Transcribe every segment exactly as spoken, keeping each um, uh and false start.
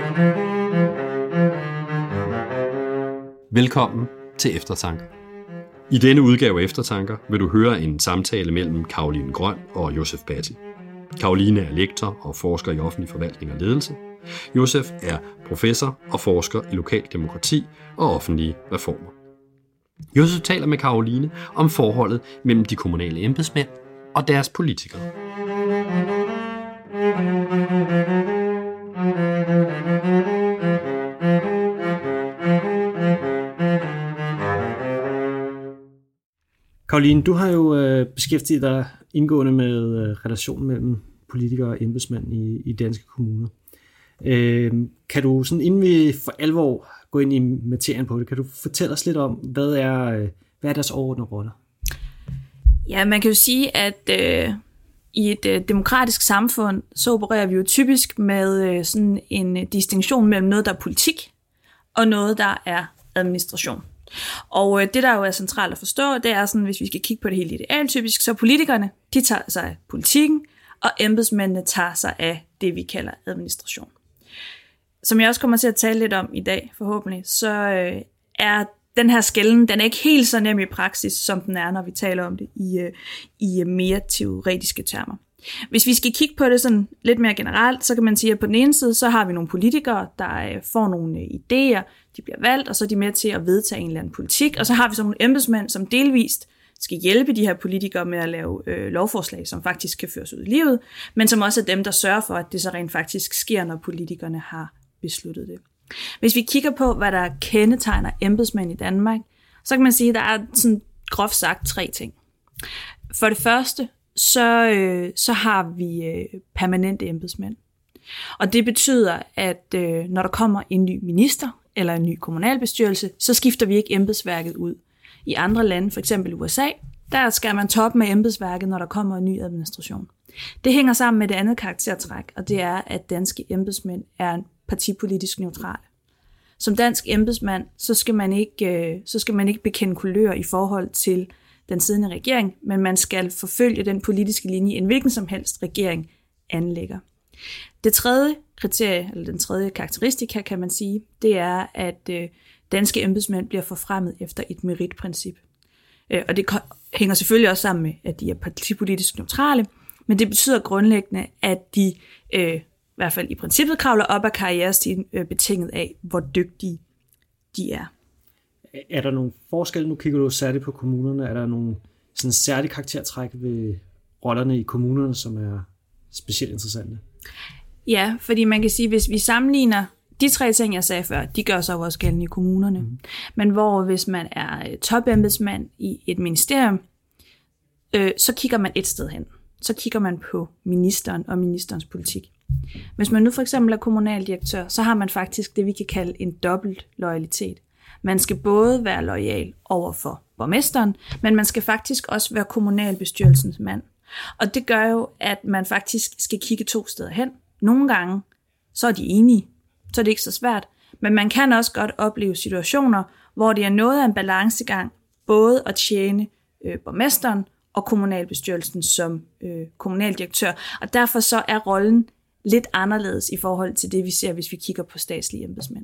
Velkommen til Eftertanker. I denne udgave af Eftertanker vil du høre en samtale mellem Caroline Grøn og Josef Batti. Caroline er lektor og forsker i offentlig forvaltning og ledelse. Josef er professor og forsker i lokalt demokrati og offentlige reformer. Josef taler med Caroline om forholdet mellem de kommunale embedsmænd og deres politikere. Caroline, du har jo øh, beskæftiget dig indgående med øh, relationen mellem politikere og embedsmænd i, i danske kommuner. Øh, kan du, sådan inden vi for alvor går ind i materien på det, kan du fortælle os lidt om, hvad er, øh, hvad er deres overordnede roller? Ja, man kan jo sige, at øh, i et øh, demokratisk samfund, så opererer vi jo typisk med øh, sådan en øh, distinktion mellem noget, der er politik, og noget, der er administration. Og øh, det, der jo er centralt at forstå, det er sådan, hvis vi skal kigge på det helt idealtypisk, så politikerne, de tager sig af politikken, og embedsmændene tager sig af det, vi kalder administration. Som jeg også kommer til at tale lidt om i dag, forhåbentlig, så øh, er den her skelnen, den er ikke helt så nem i praksis, som den er, når vi taler om det i, øh, i mere teoretiske termer. Hvis vi skal kigge på det sådan lidt mere generelt, så kan man sige, at på den ene side, så har vi nogle politikere, der får nogle idéer, de bliver valgt, og så er de med til at vedtage en eller anden politik, og så har vi så nogle embedsmænd, som delvist skal hjælpe de her politikere med at lave øh, lovforslag, som faktisk kan føres ud i livet, men som også er dem, der sørger for, at det så rent faktisk sker, når politikerne har besluttet det. Hvis vi kigger på, hvad der kendetegner embedsmænd i Danmark, så kan man sige, at der er sådan groft sagt tre ting. For det første, så, øh, så har vi øh, permanente embedsmænd. Og det betyder, at øh, når der kommer en ny minister eller en ny kommunalbestyrelse, så skifter vi ikke embedsværket ud. I andre lande, for eksempel U S A, der skal man toppe med embedsværket, når der kommer en ny administration. Det hænger sammen med det andet karaktertræk, og det er, at danske embedsmænd er partipolitisk neutrale. Som dansk embedsmand, så skal man ikke, øh, så skal man ikke bekende kulør i forhold til den siddende regering, men man skal forfølge den politiske linje, en hvilken som helst regering anlægger. Det tredje kriterie, eller den tredje karakteristika, kan man sige, det er, at øh, danske embedsmænd bliver forfremmet efter et meritprincip. Øh, og det hænger selvfølgelig også sammen med, at de er partipolitisk neutrale, men det betyder grundlæggende, at de øh, i hvert fald i princippet kravler op ad karrierestigen, øh, betinget af, hvor dygtige de er. Er der nogle forskelle, nu kigger du særligt på kommunerne, er der nogle sådan særlige karaktertræk ved rollerne i kommunerne, som er specielt interessante? Ja, fordi man kan sige, hvis vi sammenligner de tre ting, jeg sagde før, de gør sig jo også gældende i kommunerne. Mm. Men hvor hvis man er topembedsmand i et ministerium, øh, så kigger man et sted hen. Så kigger man på ministeren og ministerens politik. Hvis man nu for eksempel er kommunaldirektør, så har man faktisk det, vi kan kalde en dobbelt loyalitet. Man skal både være loyal over for borgmesteren, men man skal faktisk også være kommunalbestyrelsens mand. Og det gør jo, at man faktisk skal kigge to steder hen. Nogle gange, så er de enige, så er det ikke så svært. Men man kan også godt opleve situationer, hvor det er noget af en balancegang, både at tjene øh, borgmesteren og kommunalbestyrelsen som øh, kommunaldirektør. Og derfor så er rollen lidt anderledes i forhold til det, vi ser, hvis vi kigger på statslige embedsmænd.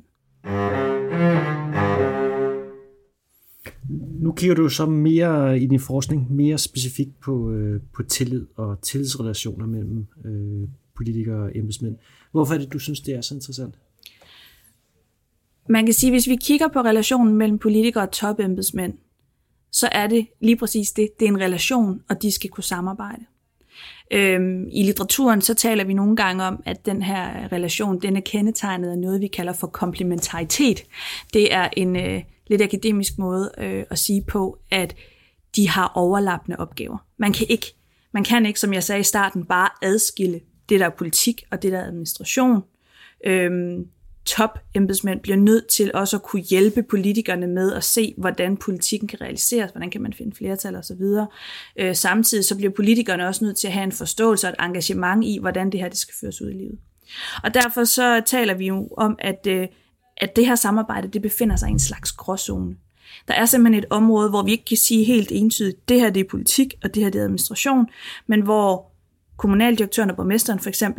Nu kigger du så mere i din forskning, mere specifikt på, øh, på tillid og tillidsrelationer mellem øh, politikere og embedsmænd. Hvorfor er det, du synes, det er så interessant? Man kan sige, at hvis vi kigger på relationen mellem politikere og topembedsmænd, så er det lige præcis det. Det er en relation, og de skal kunne samarbejde. Øhm, I litteraturen så taler vi nogle gange om, at den her relation, den er kendetegnet af noget, vi kalder for komplementaritet. Det er en øh, lidt akademisk måde øh, at sige på, at de har overlappende opgaver. Man kan ikke, man kan ikke, som jeg sagde i starten, bare adskille det, der er politik og det, der er administration. Øhm, Top-embedsmænd bliver nødt til også at kunne hjælpe politikerne med at se, hvordan politikken kan realiseres, hvordan kan man finde flertal osv. Øh, samtidig så bliver politikerne også nødt til at have en forståelse og et engagement i, hvordan det her det skal føres ud i livet. Og derfor så taler vi jo om, at, øh, at det her samarbejde det befinder sig i en slags gråzone. Der er simpelthen et område, hvor vi ikke kan sige helt entydigt, det her det er politik, og det her det er administration, men hvor kommunaldirektøren og borgmesteren for eksempel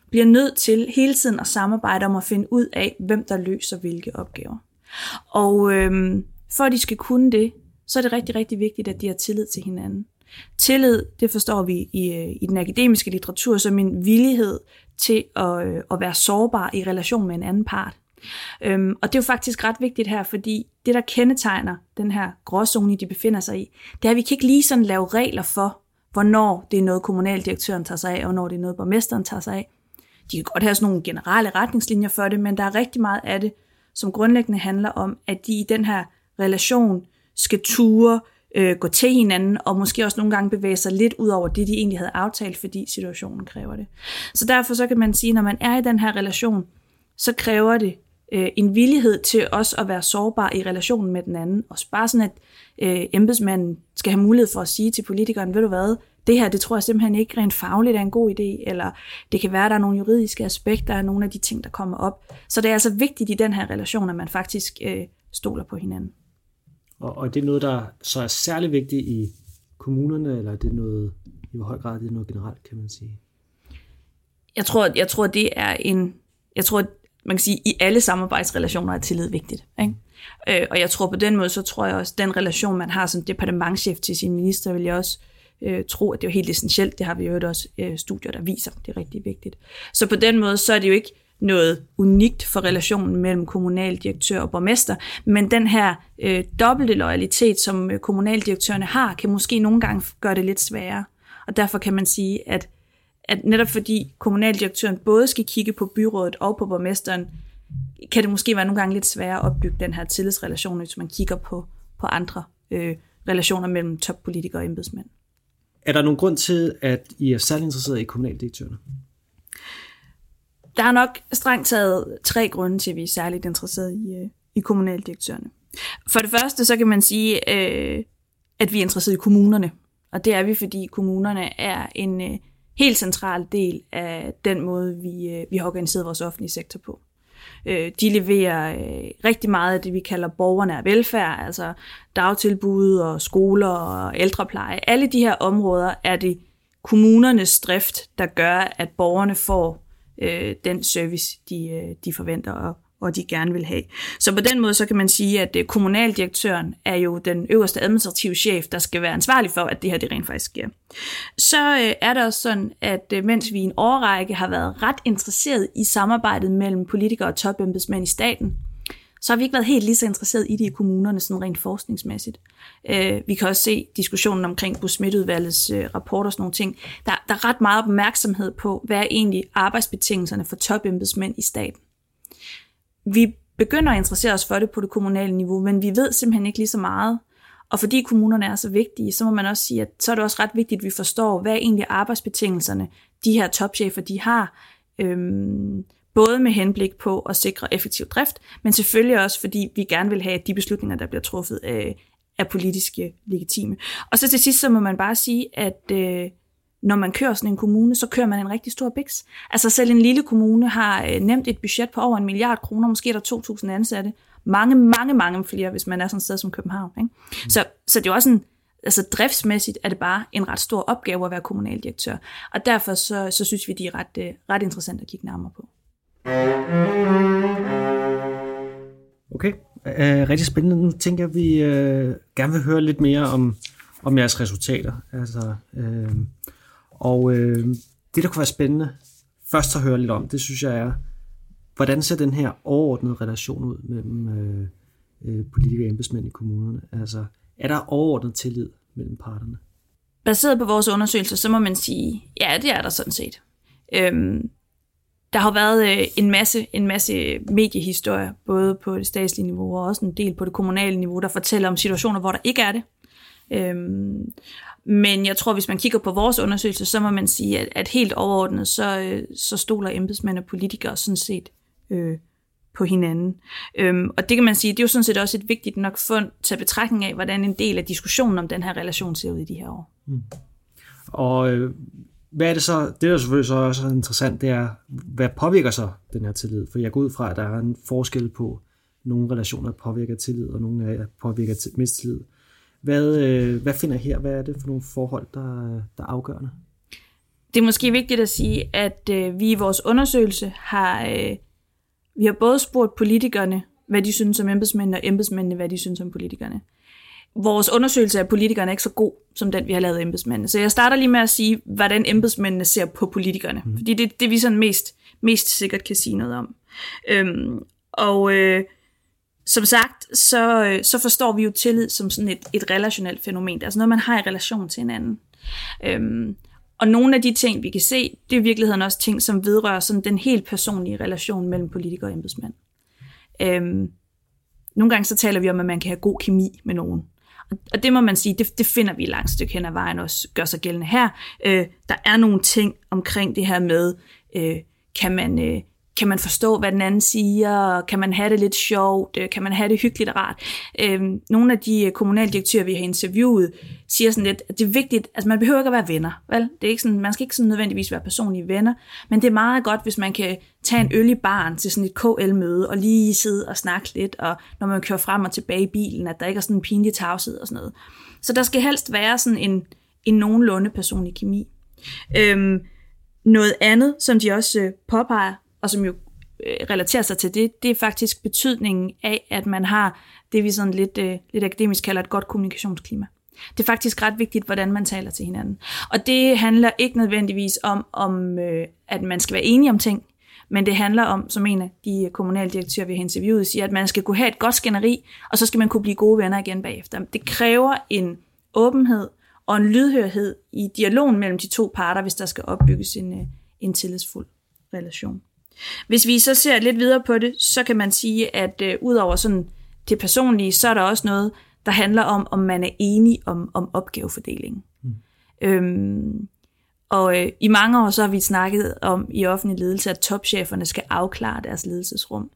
bliver nødt til hele tiden at samarbejde om at finde ud af, hvem der løser hvilke opgaver. Og øhm, for at de skal kunne det, så er det rigtig, rigtig vigtigt, at de har tillid til hinanden. Tillid, det forstår vi i, i den akademiske litteratur som en villighed til at, øh, at være sårbar i relation med en anden part. Øhm, og det er jo faktisk ret vigtigt her, fordi det, der kendetegner den her gråzone, de befinder sig i, det er, at vi kan ikke lige sådan lave regler for, hvornår det er noget, kommunaldirektøren tager sig af, og hvornår det er noget, borgmesteren tager sig af. De kan godt have sådan nogle generelle retningslinjer for det, men der er rigtig meget af det, som grundlæggende handler om, at de i den her relation skal ture, øh, gå til hinanden, og måske også nogle gange bevæge sig lidt ud over det, de egentlig havde aftalt, fordi situationen kræver det. Så derfor så kan man sige, når man er i den her relation, så kræver det øh, en villighed til også at være sårbar i relationen med den anden. Og bare sådan, at øh, embedsmanden skal have mulighed for at sige til politikeren, ved du hvad, det her, det tror jeg simpelthen ikke rent fagligt er en god idé, eller det kan være, at der er nogle juridiske aspekter af nogle af de ting, der kommer op. Så det er altså vigtigt i den her relation, at man faktisk øh, stoler på hinanden. Og, og det er noget, der så er særlig vigtigt i kommunerne, eller er det noget, i hvor høj grad det er noget generelt, kan man sige? Jeg tror, jeg tror det er en, jeg tror, man kan sige, i alle samarbejdsrelationer er tillid vigtigt, ikke? Øh, og jeg tror på den måde, så tror jeg også, den relation, man har som departementschef til sin minister, vil jeg også øh, tro, at det er jo helt essentielt. Det har vi jo også øh, studier, der viser, det er rigtig vigtigt. Så på den måde, så er det jo ikke noget unikt for relationen mellem kommunaldirektør og borgmester, men den her øh, dobbelte loyalitet, som øh, kommunaldirektørerne har, kan måske nogle gange gøre det lidt sværere. Og derfor kan man sige, at, at netop fordi kommunaldirektøren både skal kigge på byrådet og på borgmesteren, kan det måske være nogle gange lidt sværere at opbygge den her tillidsrelation, hvis man kigger på, på andre øh, relationer mellem toppolitikere og embedsmænd. Er der nogen grund til, at I er særlig interesseret i kommunaldirektørerne? Der er nok strengt taget tre grunde til, at vi er særligt interesseret i, i kommunaldirektørerne. For det første, så kan man sige, at vi er interesseret i kommunerne. Og det er vi, fordi kommunerne er en helt central del af den måde, vi, vi har organiseret vores offentlige sektor på. De leverer rigtig meget af det, vi kalder borgernær velfærd, altså dagtilbud og skoler og ældrepleje. Alle de her områder er det kommunernes drift, der gør, at borgerne får den service, de, de forventer og, og de gerne vil have. Så på den måde, så kan man sige, at kommunaldirektøren er jo den øverste administrative chef, der skal være ansvarlig for, at det her det rent faktisk sker. Så er der også sådan, at mens vi i en årrække har været ret interesseret i samarbejdet mellem politikere og topembedsmænd i staten, så har vi ikke været helt lige så interesseret i det i kommunerne, sådan rent forskningsmæssigt. Øh, vi kan også se diskussionen omkring Buzmit-udvalgets øh, rapport og sådan nogle ting. Der, der er ret meget opmærksomhed på, hvad er egentlig arbejdsbetingelserne for topembedsmænd i staten. Vi begynder at interessere os for det på det kommunale niveau, men vi ved simpelthen ikke lige så meget. Og fordi kommunerne er så vigtige, så må man også sige, at så er det også ret vigtigt, at vi forstår, hvad er egentlig arbejdsbetingelserne, de her topchefer, de har, øhm, både med henblik på at sikre effektiv drift, men selvfølgelig også, fordi vi gerne vil have, at de beslutninger, der bliver truffet, øh, er politiske legitime. Og så til sidst, så må man bare sige, at øh, når man kører sådan en kommune, så kører man en rigtig stor biks. Altså selv en lille kommune har øh, nemt et budget på over en milliard kroner, måske er der to tusind ansatte. Mange, mange, mange flere, hvis man er sådan et sted som København. Ikke? Mm. Så, så det er også en, altså driftsmæssigt er det bare en ret stor opgave at være kommunaldirektør. Og derfor så, så synes vi, det er ret, øh, ret interessant at kigge nærmere på. Okay, uh, rigtig spændende. Nu tænker jeg, at vi uh, gerne vil høre lidt mere om, om jeres resultater. Altså, uh, og uh, det, der kunne være spændende først at høre lidt om, det synes jeg er, hvordan ser den her overordnede relation ud mellem uh, uh, politikere og embedsmænd i kommunerne? Altså, er der overordnet tillid mellem parterne? Baseret på vores undersøgelser, så må man sige, ja, det er der sådan set. Øhm, Der har været en masse, en masse mediehistorier, både på det statslige niveau og også en del på det kommunale niveau, der fortæller om situationer, hvor der ikke er det. Øhm, men jeg tror, hvis man kigger på vores undersøgelser, så må man sige, at, at helt overordnet, så, så stoler embedsmænd og politikere sådan set øh, på hinanden. Øhm, og det kan man sige, det er jo sådan set også et vigtigt nok fund til betragtning af, hvordan en del af diskussionen om den her relation ser ud i de her år. Mm. Og øh, hvad er det så, det er selvfølgelig så også interessant, det er, hvad påvirker så den her tillid? For jeg går ud fra, at der er en forskel på nogle relationer, der påvirker tillid, og nogle af påvirker mistillid. Hvad, øh, hvad finder her? Hvad er det for nogle forhold, der, der er afgørende? det er måske vigtigt at sige, at øh, vi i vores undersøgelse har, øh, vi har både spurgt politikerne, hvad de synes om embedsmændene, og embedsmændene, hvad de synes om politikerne. Vores undersøgelse af politikerne er ikke så god, som den, vi har lavet af embedsmændene. Så jeg starter lige med at sige, hvordan embedsmændene ser på politikerne. Mm. Fordi det er det, vi sådan mest, mest sikkert kan sige noget om. Øhm, og øh, som sagt, så, så forstår vi jo tillid som sådan et, et relationelt fænomen. Det er altså noget, man har i relation til hinanden. Øhm, og nogle af de ting, vi kan se, det er i virkeligheden også ting, som vedrører sådan den helt personlige relation mellem politikere og embedsmænd. Øhm, nogle gange så taler vi om, at man kan have god kemi med nogen. Og det må man sige, det, det finder vi langt stykke hen ad vejen også gør sig gældende her. Øh, der er nogle ting omkring det her med, øh, kan man... Øh, Kan man forstå, hvad den anden siger? Kan man have det lidt sjovt? Kan man have det hyggeligt og rart? Øhm, nogle af de kommunaldirektører, vi har interviewet, siger sådan lidt, at det er vigtigt, altså man behøver ikke at være venner, vel? Det er ikke sådan, man skal ikke sådan nødvendigvis være personlige venner, men det er meget godt, hvis man kan tage en øl i baren til sådan et K L-møde, og lige sidde og snakke lidt, og når man kører frem og tilbage i bilen, at der ikke er sådan en pinlig tavshed og sådan noget. Så der skal helst være sådan en, en nogenlunde personlig kemi. Øhm, noget andet, som de også øh, påpeger, og som jo øh, relaterer sig til det, det er faktisk betydningen af, at man har det, vi sådan lidt, øh, lidt akademisk kalder et godt kommunikationsklima. Det er faktisk ret vigtigt, hvordan man taler til hinanden. Og det handler ikke nødvendigvis om, om øh, at man skal være enige om ting, men det handler om, som en af de kommunaldirektører, vi har interviewet, siger, at man skal kunne have et godt skænderi, og så skal man kunne blive gode venner igen bagefter. Det kræver en åbenhed og en lydhørhed i dialogen mellem de to parter, hvis der skal opbygges en, en tillidsfuld relation. Hvis vi så ser lidt videre på det, så kan man sige, at øh, ud over sådan det personlige, så er der også noget, der handler om, om man er enig om, om opgavefordelingen. Mm. Øhm, og øh, i mange år så har vi snakket om i offentlig ledelse, at topcheferne skal afklare deres ledelsesrum.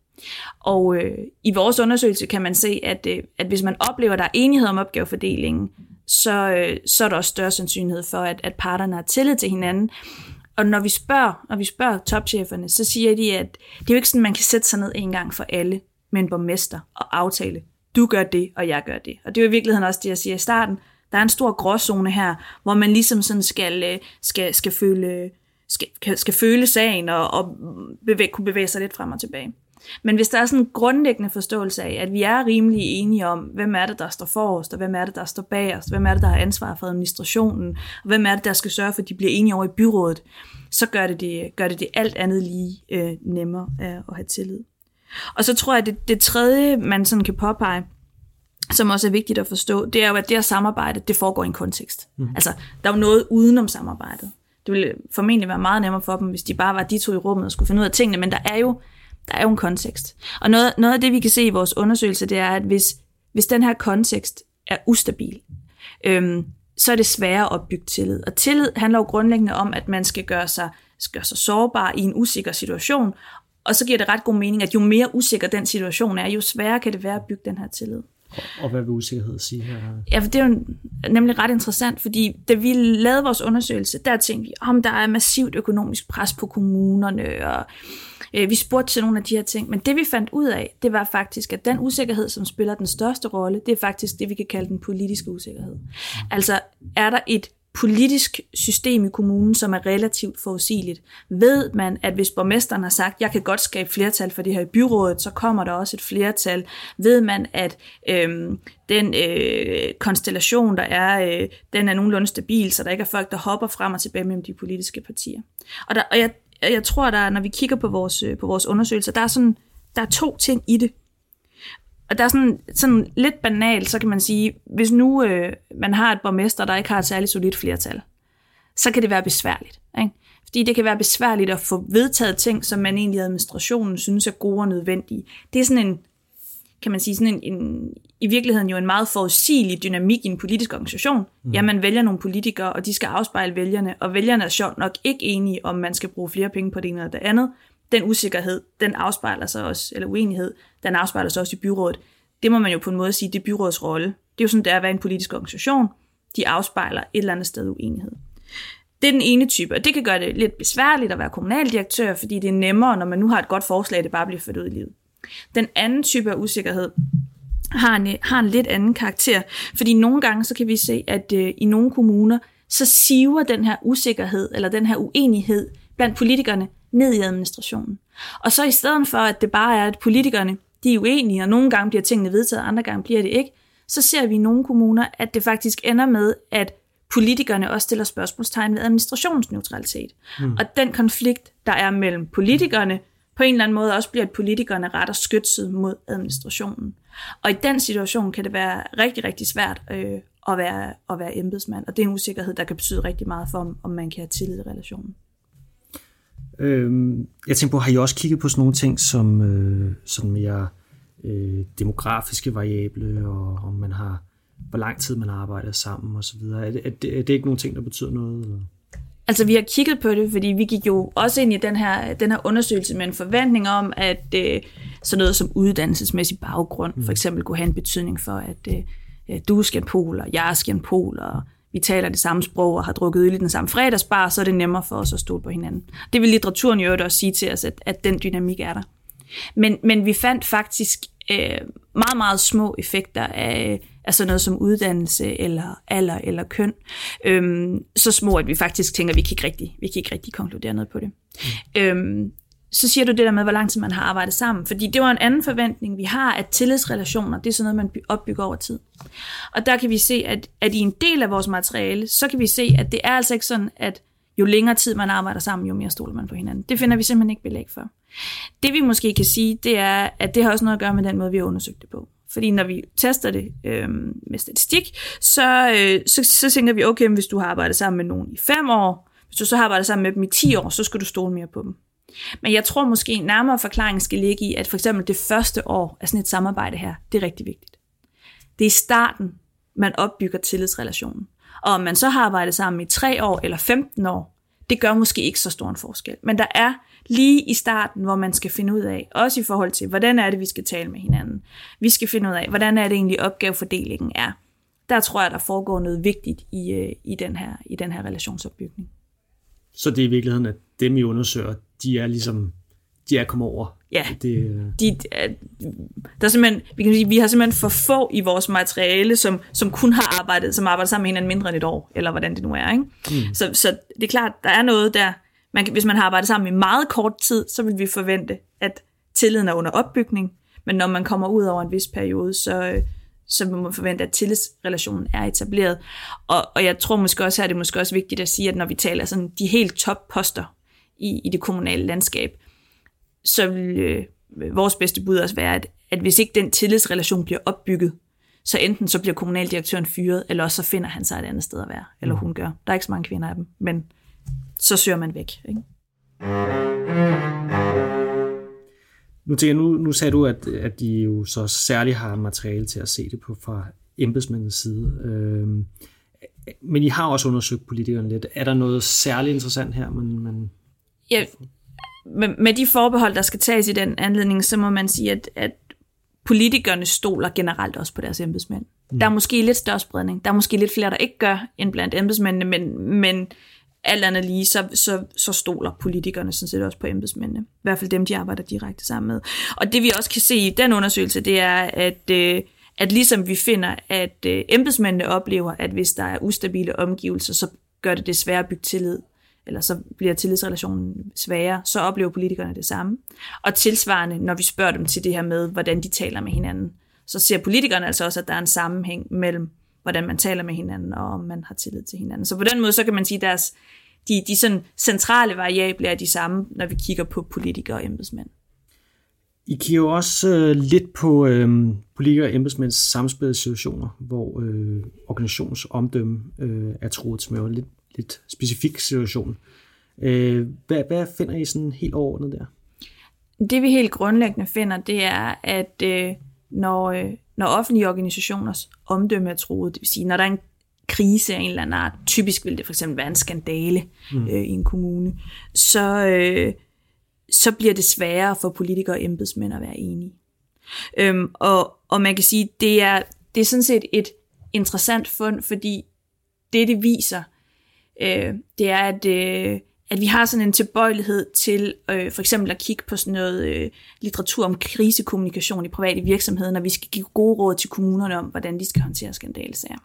Og øh, i vores undersøgelse kan man se, at, øh, at hvis man oplever, at der er enighed om opgavefordelingen, så, øh, så er der også større sandsynlighed for, at, at parterne har tillid til hinanden. Og når vi spørger, når vi spørger topcheferne, så siger de, at det er jo ikke sådan, man kan sætte sig ned en gang for alle med en borgmester og aftale, du gør det, og jeg gør det. Og det er jo i virkeligheden også det, jeg siger i starten. Der er en stor gråzone her, hvor man ligesom sådan skal, skal, skal, føle, skal, skal føle sagen og, og bevæge, kunne bevæge sig lidt frem og tilbage. Men hvis der er sådan en grundlæggende forståelse af, at vi er rimelig enige om, hvem er det, der står forrest, og hvem er det, der står bagerst, hvem er det, der har ansvar for administrationen, og hvem er det, der skal sørge for, at de bliver enige over i byrådet, så gør det det, gør det, det alt andet lige øh, nemmere øh, at have tillid. Og så tror jeg, at det, det tredje, man sådan kan påpege, som også er vigtigt at forstå, det er jo, at det her samarbejde, det foregår i en kontekst. Mm. Altså, der er jo noget udenom samarbejdet. Det ville formentlig være meget nemmere for dem, hvis de bare var de to i rummet og skulle finde ud af tingene, men der er jo Der er jo en kontekst. Og noget, noget af det, vi kan se i vores undersøgelse, det er, at hvis, hvis den her kontekst er ustabil, øhm, så er det sværere at opbygge tillid. Og tillid handler jo grundlæggende om, at man skal gøre sig, skal gøre sig sårbar i en usikker situation, og så giver det ret god mening, at jo mere usikker den situation er, jo sværere kan det være at bygge den her tillid. Og hvad vil usikkerhed sige her? Ja, for det er jo nemlig ret interessant, fordi da vi lavede vores undersøgelse, der tænkte vi, om der er massivt økonomisk pres på kommunerne, og øh, vi spurgte til nogle af de her ting, men det vi fandt ud af, det var faktisk, at den usikkerhed, som spiller den største rolle, det er faktisk det, vi kan kalde den politiske usikkerhed. Altså, er der et politisk system i kommunen, som er relativt forudsigeligt. Ved man, at hvis borgmesteren har sagt, jeg kan godt skabe flertal for det her i byrådet, så kommer der også et flertal. Ved man, at øhm, den øh, konstellation, der er, øh, den er nogenlunde stabil, så der ikke er folk, der hopper frem og tilbage mellem de politiske partier. Og, der, og jeg, jeg tror, der, når vi kigger på vores, på vores undersøgelser, der er, sådan, der er to ting i det. Og der er sådan, sådan lidt banalt, så kan man sige, hvis nu øh, man har et borgmester, der ikke har et særligt solidt flertal, så kan det være besværligt. Ikke? Fordi det kan være besværligt at få vedtaget ting, som man egentlig i administrationen synes er gode og nødvendige. Det er sådan en, kan man sige, sådan en, en i virkeligheden jo en meget forudsigelig dynamik i en politisk organisation. Mm. Ja, man vælger nogle politikere, og de skal afspejle vælgerne, og vælgerne er sjovt nok ikke enige, om man skal bruge flere penge på det ene eller det andet. Den usikkerhed, den afspejler sig også, eller uenighed, den afspejler sig også i byrådet. Det må man jo på en måde sige, det er byrådets rolle. Det er jo sådan, det er at være en politisk organisation. De afspejler et eller andet sted uenighed. Det er den ene type, og det kan gøre det lidt besværligt at være kommunaldirektør, fordi det er nemmere, når man nu har et godt forslag, det bare bliver ført ud i livet. Den anden type af usikkerhed har en, har en lidt anden karakter, fordi nogle gange så kan vi se, at øh, i nogle kommuner, så siver den her usikkerhed, eller den her uenighed blandt politikerne ned i administrationen. Og så i stedet for, at det bare er, at politikerne de er uenige, og nogle gange bliver tingene vedtaget, og andre gange bliver det ikke, så ser vi i nogle kommuner, at det faktisk ender med, at politikerne også stiller spørgsmålstegn ved administrationsneutralitet. Mm. Og den konflikt, der er mellem politikerne, på en eller anden måde også bliver, at politikerne retter skytset mod administrationen. Og i den situation kan det være rigtig, rigtig svært øh, at være, at være embedsmand. Og det er en usikkerhed, der kan betyde rigtig meget for, om, om man kan have tillid i relationen. Øhm, jeg tænker på, har I også kigget på sådan nogle ting som øh, sådan mere øh, demografiske variable, og om man har, hvor lang tid man har arbejdet sammen og så videre? Er det, er det, er det ikke nogle ting, der betyder noget? Eller? Altså, vi har kigget på det, fordi vi gik jo også ind i den her, den her undersøgelse med en forventning om, at øh, sådan noget som uddannelsesmæssig baggrund mm. for eksempel kunne have en betydning for, at øh, du er skanpol, og jeg er skanpol, og vi taler det samme sprog og har drukket øl i den samme fredagsbar, så er det nemmere for os at stole på hinanden. Det vil litteraturen jo også sige til os, at, at den dynamik er der. Men, men vi fandt faktisk øh, meget, meget små effekter af, af sådan noget som uddannelse eller alder eller køn. Øhm, så små, at vi faktisk tænker, at vi kan ikke rigtig, vi kan ikke rigtig konkludere noget på det. Mm. Øhm, så siger du det der med, hvor lang tid man har arbejdet sammen. Fordi det var en anden forventning, vi har, at tillidsrelationer, det er sådan noget, man opbygger over tid. Og der kan vi se, at, at i en del af vores materiale, så kan vi se, at det er altså ikke sådan, at jo længere tid man arbejder sammen, jo mere stoler man på hinanden. Det finder vi simpelthen ikke belæg for. Det vi måske kan sige, det er, at det har også noget at gøre med den måde, vi har undersøgt det på. Fordi når vi tester det øh, med statistik, så, øh, så, så tænker vi, okay, hvis du har arbejdet sammen med nogen i fem år, hvis du så har arbejdet sammen med dem i ti år, så skal du stole mere på dem. Men jeg tror måske nærmere forklaringen skal ligge i, at for eksempel det første år af sådan et samarbejde her, det er rigtig vigtigt. Det er i starten, man opbygger tillidsrelationen. Og om man så har arbejdet sammen i tre år eller femten år, det gør måske ikke så stor en forskel. Men der er lige i starten, hvor man skal finde ud af, også i forhold til, hvordan er det, vi skal tale med hinanden. Vi skal finde ud af, hvordan er det egentlig opgavefordelingen er. Der tror jeg, der foregår noget vigtigt i, i, den, her, i den her relationsopbygning. Så det er i virkeligheden, at dem I undersøger, de er ligesom, de er kommet over? Ja, det, de, der er simpelthen, vi kan sige, vi har simpelthen for få i vores materiale, som, som kun har arbejdet, som arbejder sammen med hinanden mindre end et år, eller hvordan det nu er. Ikke? Mm. Så, så det er klart, der er noget der, man, hvis man har arbejdet sammen i meget kort tid, så vil vi forvente, at tilliden er under opbygning, men når man kommer ud over en vis periode, så, så må man forvente, at tillidsrelationen er etableret. Og, og jeg tror måske også her, det er måske også vigtigt at sige, at når vi taler sådan de helt topposter i, i det kommunale landskab, så vil øh, vores bedste bud også være, at, at hvis ikke den tillidsrelation bliver opbygget, så enten så bliver kommunaldirektøren fyret, eller også så finder han sig et andet sted at være, eller hun gør. Der er ikke så mange kvinder af dem, men så søger man væk. Ikke? Nu, tænker, nu, nu sagde du, at, at de jo så særligt har materiale til at se det på fra embedsmændens side. Øhm, men I har også undersøgt politikerne lidt. Er der noget særligt interessant her? Man, man... Ja, med, med de forbehold, der skal tages i den anledning, så må man sige, at, at politikerne stoler generelt også på deres embedsmænd. Mm. Der er måske lidt større spredning. Der er måske lidt flere, der ikke gør, end blandt embedsmændene, men, men alt andet lige, så, så, så stoler politikerne sådan set også på embedsmændene. I hvert fald dem, de arbejder direkte sammen med. Og det vi også kan se i den undersøgelse, det er, at, at ligesom vi finder, at embedsmændene oplever, at hvis der er ustabile omgivelser, så gør det det sværere at bygge tillid, eller så bliver tillidsrelationen sværere, så oplever politikerne det samme. Og tilsvarende, når vi spørger dem til det her med, hvordan de taler med hinanden, så ser politikerne altså også, at der er en sammenhæng mellem, hvordan man taler med hinanden, og om man har tillid til hinanden. Så på den måde, så kan man sige, at deres, de, de sådan centrale variable er de samme, når vi kigger på politikere og embedsmænd. I kigger jo også øh, lidt på øh, politikere og embedsmænds samspilssituationer, hvor øh, organisationens omdømme øh, er truet til med lidt lidt specifik situation. Øh, hvad, hvad finder I sådan helt overordnet der? Det vi helt grundlæggende finder, det er, at øh, når, øh, når offentlige organisationers omdømme er truet, det vil sige, når der er en krise af en eller anden art, typisk vil det for eksempel være en skandale mm. øh, i en kommune, så, øh, så bliver det sværere for politikere og embedsmænd at være enige. Øhm, og, og man kan sige, det er, det er sådan set et interessant fund, fordi det, det viser, øh, det er, at, øh, at vi har sådan en tilbøjelighed til øh, for eksempel at kigge på sådan noget øh, litteratur om krisekommunikation i private virksomheder, når vi skal give gode råd til kommunerne om, hvordan de skal håndtere skandalesager.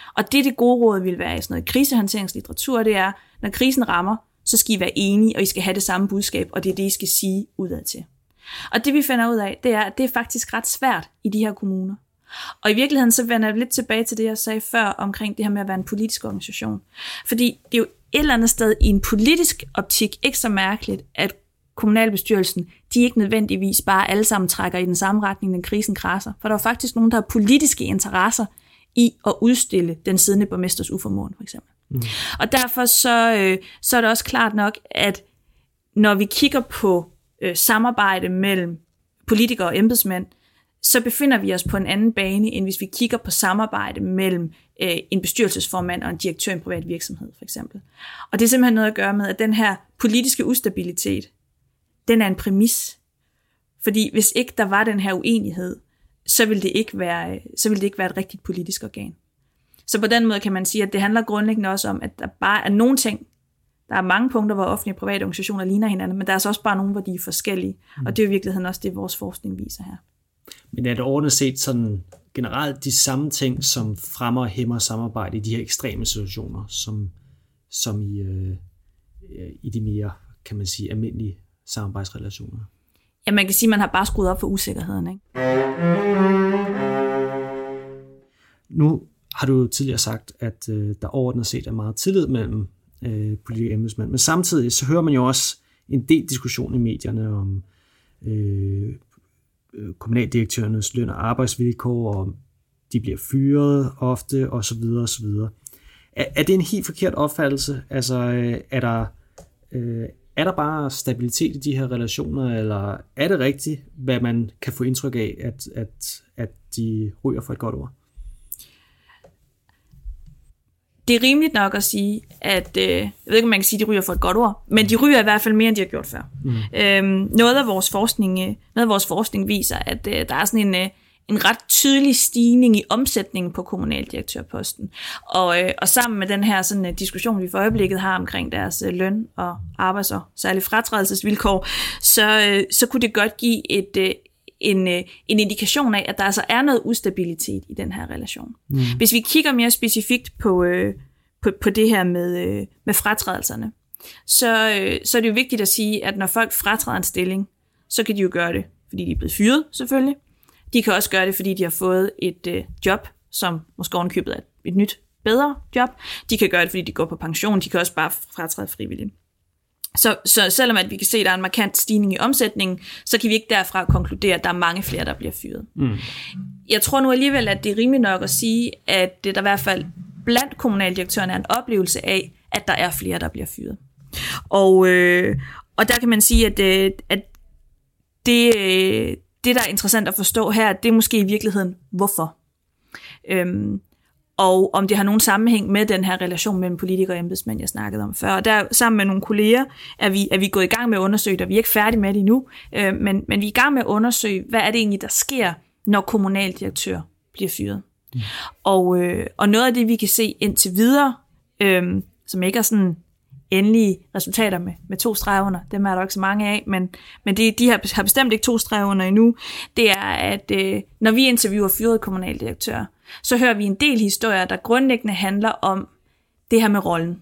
Og det, det gode råd vil være i sådan noget krisehåndteringslitteratur, det er, når krisen rammer, så skal I være enige, og I skal have det samme budskab, og det er det, I skal sige udad til. Og det, vi finder ud af, det er, at det er faktisk ret svært i de her kommuner. Og i virkeligheden, så vender jeg lidt tilbage til det, jeg sagde før, omkring det her med at være en politisk organisation. Fordi det er jo et eller andet sted i en politisk optik ikke så mærkeligt, at kommunalbestyrelsen, de ikke nødvendigvis bare alle sammen trækker i den samme retning, når krisen krasser. For der er faktisk nogen, der har politiske interesser i at udstille den siddende borgmesters uformåen, for eksempel. Mm. Og derfor så, øh, så er det også klart nok, at når vi kigger på øh, samarbejde mellem politikere og embedsmænd, så befinder vi os på en anden bane, end hvis vi kigger på samarbejde mellem øh, en bestyrelsesformand og en direktør i en privat virksomhed, for eksempel. Og det er simpelthen noget at gøre med, at den her politiske ustabilitet, den er en præmis. Fordi hvis ikke der var den her uenighed, så ville det ikke være, så ville det ikke være et rigtigt politisk organ. Så på den måde kan man sige, at det handler grundlæggende også om, at der bare er nogle ting. Der er mange punkter, hvor offentlige og private organisationer ligner hinanden, men der er så også bare nogle, hvor de er forskellige. Mm. Og det er i virkeligheden også det, vores forskning viser her. Men er det ordentligt set sådan generelt de samme ting, som fremmer og hæmmer samarbejde i de her ekstreme situationer, som, som i, øh, i de mere, kan man sige, almindelige samarbejdsrelationer? Ja, man kan sige, at man har bare skruet op for usikkerheden, ikke? Nu har du tidligere sagt, at øh, der overordnet set er meget tillid mellem øh, politikere og embedsmænd, men samtidig så hører man jo også en del diskussion i medierne om øh, kommunaldirektørernes løn og arbejdsvilkår, og de bliver fyret ofte, og så videre, og så videre. Er, er det en helt forkert opfattelse? Altså, er der, øh, er der bare stabilitet i de her relationer, eller er det rigtigt, hvad man kan få indtryk af, at, at, at de ryger for et godt ord? Det er rimeligt nok at sige, at, øh, jeg ved ikke, om man kan sige, at de ryger for et godt ord, men de ryger i hvert fald mere, end de har gjort før. Mm. Øhm, noget, af vores forskning, noget af vores forskning viser, at øh, der er sådan en, øh, en ret tydelig stigning i omsætningen på kommunaldirektørposten. Og, øh, og sammen med den her sådan, uh, diskussion, vi for øjeblikket har omkring deres øh, løn og arbejds- og særligt fratrædelsesvilkår, så, øh, så kunne det godt give et... Øh, En, en indikation af, at der altså er noget ustabilitet i den her relation. Mm. Hvis vi kigger mere specifikt på, øh, på, på det her med, øh, med fratrædelserne, så, øh, så er det jo vigtigt at sige, at når folk fratræder en stilling, så kan de jo gøre det, fordi de er blevet fyret selvfølgelig. De kan også gøre det, fordi de har fået et øh, job, som måske ovenkøbet er et, et nyt, bedre job. De kan gøre det, fordi de går på pension. De kan også bare fratræde frivilligt. Så, så selvom at vi kan se, at der er en markant stigning i omsætningen, så kan vi ikke derfra konkludere, at der er mange flere, der bliver fyret. Mm. Jeg tror nu alligevel, at det er rimeligt nok at sige, at det der i hvert fald blandt kommunaldirektørerne er en oplevelse af, at der er flere, der bliver fyret. Og, øh, og der kan man sige, at, at det, det, der er interessant at forstå her, det er måske i virkeligheden, hvorfor. Øhm, og om det har nogen sammenhæng med den her relation mellem politikere og embedsmænd, jeg snakkede om før. Og der sammen med nogle kolleger er vi, er vi gået i gang med at undersøge det, og vi er ikke færdige med det endnu, øh, men, men vi er i gang med at undersøge, hvad er det egentlig, der sker, når kommunaldirektør bliver fyret. Mm. Og, øh, og noget af det, vi kan se indtil videre, øh, som ikke er sådan endelige resultater med, med to streger under, dem er der ikke så mange af, men, men det, de har, har bestemt ikke to streger under endnu, det er, at øh, når vi interviewer fyrede kommunaldirektører, så hører vi en del historier, der grundlæggende handler om det her med rollen.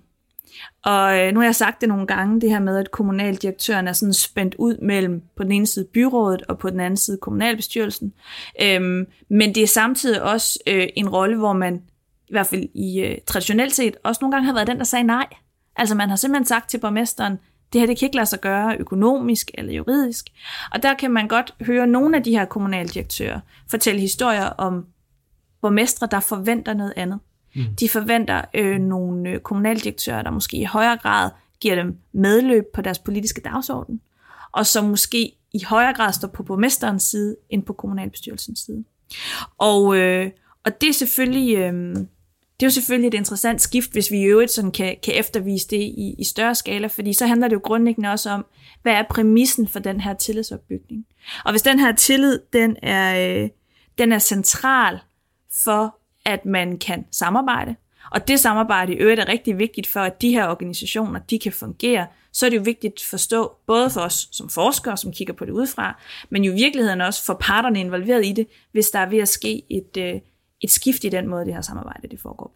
Og øh, nu har jeg sagt det nogle gange, det her med, at kommunaldirektøren er sådan spændt ud mellem på den ene side byrådet og på den anden side kommunalbestyrelsen. Øhm, men det er samtidig også øh, en rolle, hvor man i hvert fald i øh, traditionelt set også nogle gange har været den, der sagde nej. Altså man har simpelthen sagt til borgmesteren, det her det kan ikke lade sig gøre økonomisk eller juridisk. Og der kan man godt høre nogle af de her kommunaldirektører fortælle historier om borgmestre, der forventer noget andet. Mm. De forventer øh, nogle kommunaldirektører, der måske i højere grad giver dem medløb på deres politiske dagsorden, og som måske i højere grad står på borgmesterens side, end på kommunalbestyrelsens side. Og, øh, og det er selvfølgelig... Øh, Det er jo selvfølgelig et interessant skift, hvis vi i øvrigt sådan kan, kan eftervise det i, i større skala, fordi så handler det jo grundlæggende også om, hvad er præmissen for den her tillidsopbygning. Og hvis den her tillid, den er, øh, den er central for, at man kan samarbejde, og det samarbejde i øvrigt er rigtig vigtigt for, at de her organisationer, de kan fungere, så er det jo vigtigt at forstå, både for os som forskere, som kigger på det udefra, men jo i virkeligheden også for parterne involveret i det, hvis der er ved at ske et... Øh, et skift i den måde, det her samarbejde det foregår på.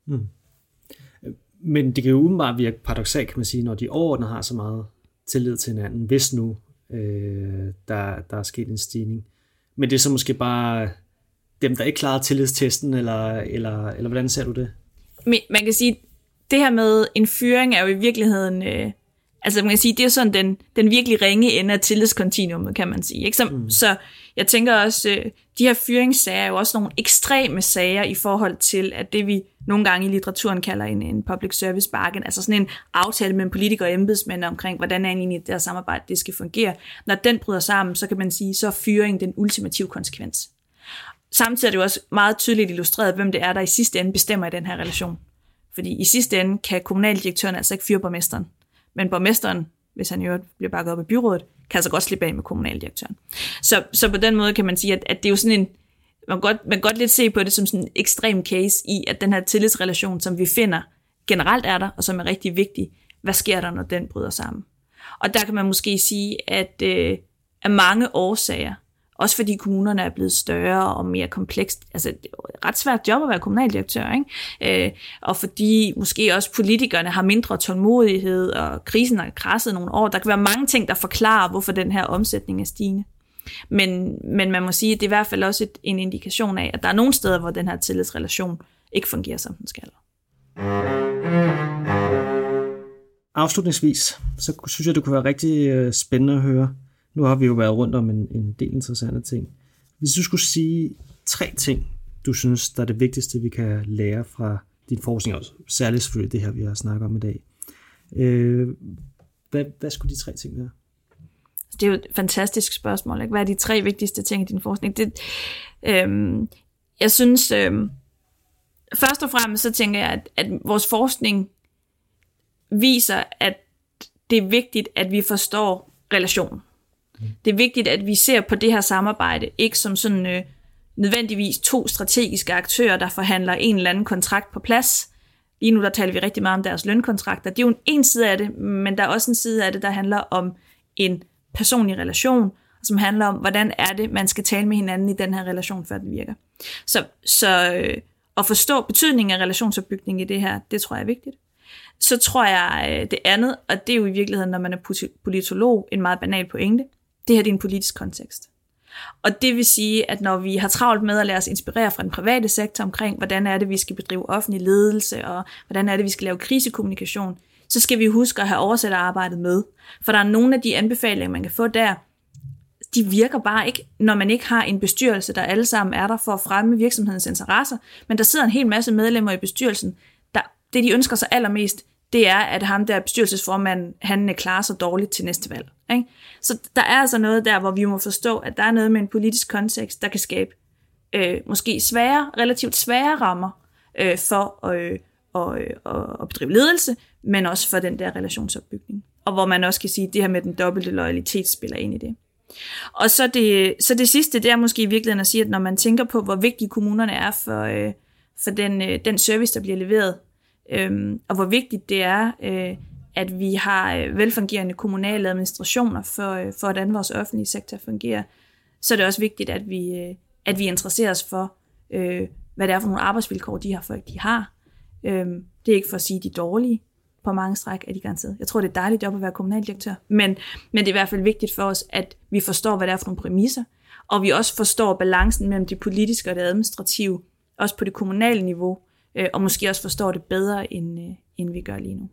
Mm. Men det kan jo udenbart virke paradoksalt, kan man sige, når de overordnet har så meget tillid til hinanden, hvis nu øh, der, der er sket en stigning. Men det er så måske bare dem, der ikke klarer tillidstesten, eller, eller, eller hvordan ser du det? Men man kan sige, det her med en fyring er jo i virkeligheden, øh, altså man kan sige, det er sådan den, den virkelig ringe ende af tillidskontinuumet, kan man sige. Ikke? Så, mm. så jeg tænker også, øh, de her fyringssager er jo også nogle ekstreme sager i forhold til, at det vi nogle gange i litteraturen kalder en, en public service bargain, altså sådan en aftale mellem politikere og embedsmænd omkring, hvordan er egentlig det her samarbejde, det skal fungere. Når den bryder sammen, så kan man sige, så er fyring den ultimative konsekvens. Samtidig er det jo også meget tydeligt illustreret, hvem det er, der i sidste ende bestemmer i den her relation. Fordi i sidste ende kan kommunaldirektøren altså ikke fyre borgmesteren. Men borgmesteren, hvis han jo bliver bakket op af byrådet, kan altså godt slippe af med kommunaldirektøren. Så, så på den måde kan man sige, at, at det er jo sådan en, man kan, godt, man kan godt lidt se på det som sådan en ekstrem case i, at den her tillidsrelation, som vi finder generelt er der, og som er rigtig vigtig, hvad sker der, når den bryder sammen? Og der kan man måske sige, at øh, af mange årsager, også fordi kommunerne er blevet større og mere komplekst. Altså, det er et ret svært job at være kommunaldirektør, ikke? Øh, og fordi måske også politikerne har mindre tålmodighed, og krisen har krasset nogle år. Der kan være mange ting, der forklarer, hvorfor den her omsætning er stigende. Men, men man må sige, at det er i hvert fald også et, en indikation af, at der er nogle steder, hvor den her tillidsrelation ikke fungerer, som den skal. Afslutningsvis, så synes jeg, det kunne være rigtig spændende at høre. Nu har vi jo været rundt om en, en del interessante ting. Hvis du skulle sige tre ting, du synes, der er det vigtigste, vi kan lære fra din forskning, også særligt selvfølgelig det her, vi har snakket om i dag. Øh, hvad, hvad skulle de tre ting være? Det er jo et fantastisk spørgsmål, ikke? Hvad er de tre vigtigste ting i din forskning? Det, øhm, jeg synes, øhm, først og fremmest så tænker jeg, at, at vores forskning viser, at det er vigtigt, at vi forstår relationen. Det er vigtigt, at vi ser på det her samarbejde, ikke som sådan øh, nødvendigvis to strategiske aktører, der forhandler en eller anden kontrakt på plads. Lige nu der taler vi rigtig meget om deres lønkontrakter. Det er jo en side af det, men der er også en side af det, der handler om en personlig relation, som handler om, hvordan er det, man skal tale med hinanden i den her relation, før den virker. Så, så øh, at forstå betydningen af relationsopbygning i det her, det tror jeg er vigtigt. Så tror jeg øh, det andet, og det er jo i virkeligheden, når man er politolog, en meget banal pointe. Det her det er en politisk kontekst. Og det vil sige, at når vi har travlt med at lade os inspirere fra den private sektor omkring, hvordan er det, vi skal bedrive offentlig ledelse, og hvordan er det, vi skal lave krisekommunikation, så skal vi huske at have oversætterarbejdet med. For der er nogle af de anbefalinger, man kan få der, de virker bare ikke, når man ikke har en bestyrelse, der alle sammen er der for at fremme virksomhedens interesser, men der sidder en hel masse medlemmer i bestyrelsen, der det de ønsker sig allermest, det er, at ham der bestyrelsesformand, han klarer sig dårligt til næste valg. Ikke? Så der er altså noget der, hvor vi må forstå, at der er noget med en politisk kontekst, der kan skabe øh, måske svære, relativt svære rammer øh, for øh, og, øh, at bedrive ledelse, men også for den der relationsopbygning. Og hvor man også kan sige, at det her med den dobbelte loyalitet spiller ind i det. Og så det, så det sidste, det er måske i virkeligheden at sige, at når man tænker på, hvor vigtige kommunerne er for, øh, for den, øh, den service, der bliver leveret, Øhm, og hvor vigtigt det er, øh, at vi har øh, velfungerende kommunale administrationer for, øh, for hvordan vores offentlige sektor fungerer, så er det også vigtigt, at vi, øh, at vi interesserer os for, øh, hvad det er for nogle arbejdsvilkår, de her folk de har. Øhm, det er ikke for at sige, at de er dårlige. På mange stræk er de garanteret. Jeg tror, det er et dejligt job at være kommunaldirektør, men, men det er i hvert fald vigtigt for os, at vi forstår, hvad det er for nogle præmisser, og vi også forstår balancen mellem det politiske og det administrative, også på det kommunale niveau, og måske også forstår det bedre, end, end vi gør lige nu.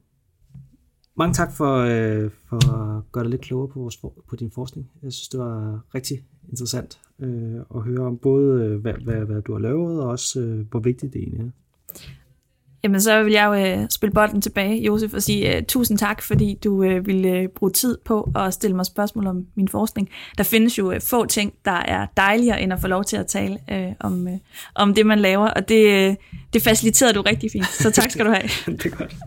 Mange tak for, øh, for at gøre dig lidt klogere på, vores, på din forskning. Jeg synes, det var rigtig interessant øh, at høre om både, øh, hvad, hvad, hvad du har lavet, og også, øh, hvor vigtigt det egentlig er. Jamen, så vil jeg jo øh, spille bolden tilbage, Josef, og sige øh, tusind tak, fordi du øh, ville øh, bruge tid på at stille mig spørgsmål om min forskning. Der findes jo øh, få ting, der er dejligere, end at få lov til at tale øh, om, øh, om det, man laver, og det, øh, det faciliterede du rigtig fint. Så tak skal du have. Det er godt.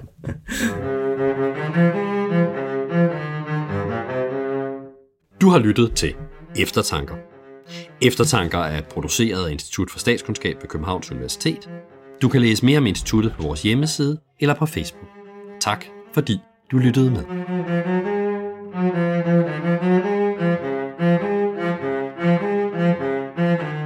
Du har lyttet til Eftertanker. Eftertanker er produceret af Institut for Statskundskab ved Københavns Universitet. Du kan læse mere om instituttet på vores hjemmeside eller på Facebook. Tak fordi du lyttede med.